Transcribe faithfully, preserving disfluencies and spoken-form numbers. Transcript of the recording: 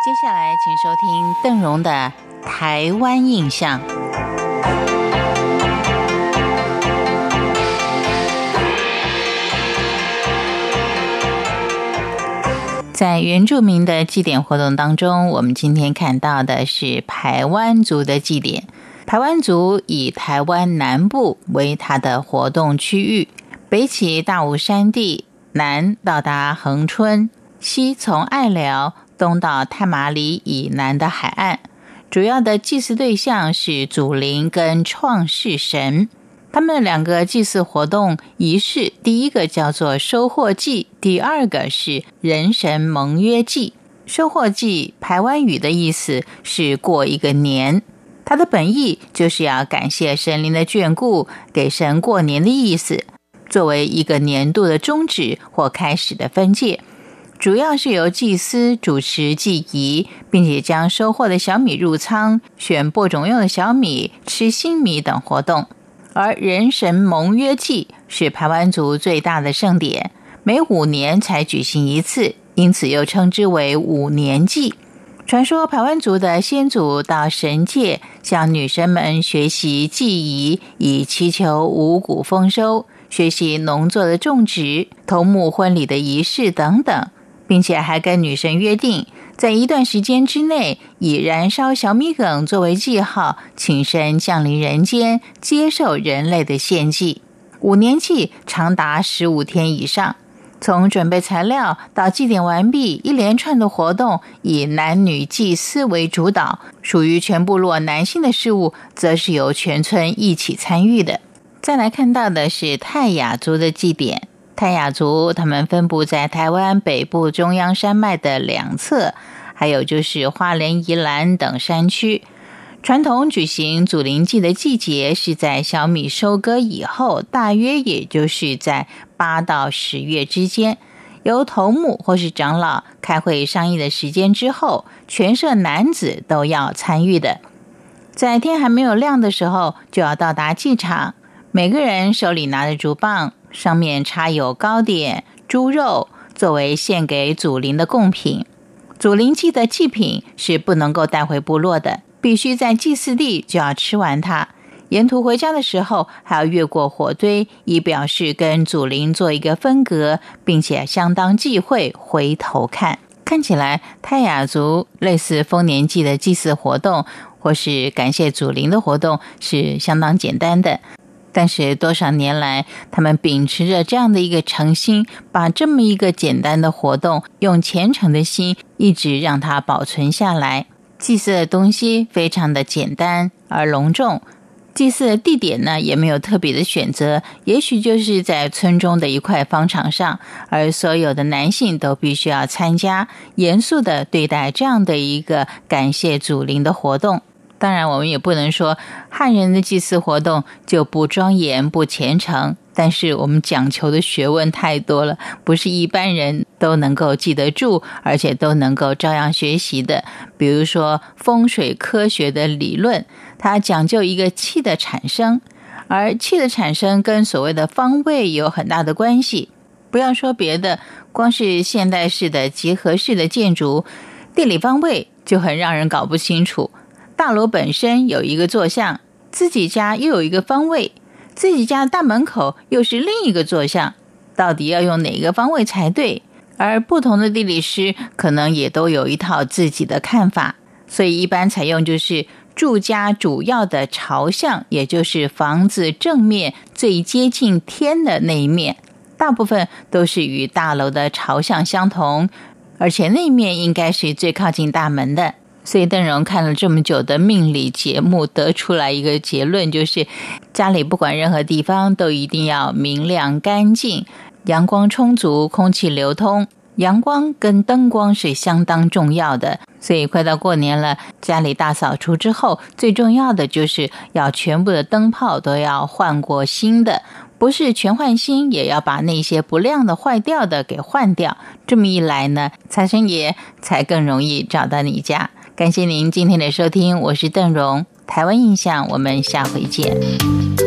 接下来请收听邓荣的台湾印象。在原住民的祭典活动当中，我们今天看到的是排湾族的祭典。排湾族以台湾南部为它的活动区域，北起大武山地，南到达恒春，西从爱寮，东到太麻里以南的海岸。主要的祭祀对象是祖灵跟创世神。他们两个祭祀活动仪式，第一个叫做收获祭，第二个是人神盟约祭。收获祭排湾语的意思是过一个年，它的本意就是要感谢神灵的眷顾，给神过年的意思，作为一个年度的终止或开始的分界。主要是由祭司主持祭仪，并且将收获的小米入仓，选播种用的小米，吃新米等活动。而人神盟约祭是排湾族最大的盛典，每五年才举行一次，因此又称之为五年祭。传说排湾族的先祖到神界向女神们学习祭仪，以祈求五谷丰收，学习农作的种植、头目婚礼的仪式等等，并且还跟女神约定，在一段时间之内，以燃烧小米梗作为记号，请神降临人间，接受人类的献祭。五年祭长达十五天以上，从准备材料到祭典完毕，一连串的活动以男女祭司为主导，属于全部落男性的事务，则是由全村一起参与的。再来看到的是泰雅族的祭典。泰雅族他们分布在台湾北部中央山脉的两侧，还有就是花莲、宜兰等山区。传统举行祖灵祭的季节是在小米收割以后，大约也就是在八到十月之间，由头目或是长老开会商议的时间之后，全社男子都要参与的。在天还没有亮的时候，就要到达祭场，每个人手里拿着竹棒，上面插有糕点、猪肉，作为献给祖灵的贡品。祖灵祭的祭品是不能够带回部落的，必须在祭祀地就要吃完它。沿途回家的时候，还要越过火堆，以表示跟祖灵做一个分隔，并且相当忌讳回头看。看起来泰雅族类似丰年祭的祭祀活动，或是感谢祖灵的活动是相当简单的。但是多少年来，他们秉持着这样的一个诚心，把这么一个简单的活动，用虔诚的心一直让它保存下来。祭祀的东西非常的简单而隆重，祭祀的地点呢也没有特别的选择，也许就是在村中的一块方场上，而所有的男性都必须要参加，严肃的对待这样的一个感谢祖灵的活动。当然我们也不能说汉人的祭祀活动就不庄严不虔诚，但是我们讲求的学问太多了，不是一般人都能够记得住，而且都能够照样学习的。比如说风水科学的理论，它讲究一个气的产生，而气的产生跟所谓的方位有很大的关系。不要说别的，光是现代式的结合式的建筑，地理方位就很让人搞不清楚。大楼本身有一个坐向，自己家又有一个方位，自己家大门口又是另一个坐向，到底要用哪个方位才对？而不同的地理师可能也都有一套自己的看法，所以一般采用就是住家主要的朝向，也就是房子正面最接近天的那一面，大部分都是与大楼的朝向相同，而且那一面应该是最靠近大门的。所以邓荣看了这么久的命理节目，得出来一个结论，就是家里不管任何地方都一定要明亮干净，阳光充足，空气流通。阳光跟灯光是相当重要的，所以快到过年了，家里大扫除之后，最重要的就是要全部的灯泡都要换过新的，不是全换新，也要把那些不亮的坏掉的给换掉。这么一来呢，财神爷才更容易找到你家。感谢您今天的收听，我是邓荣，台湾印象，我们下回见。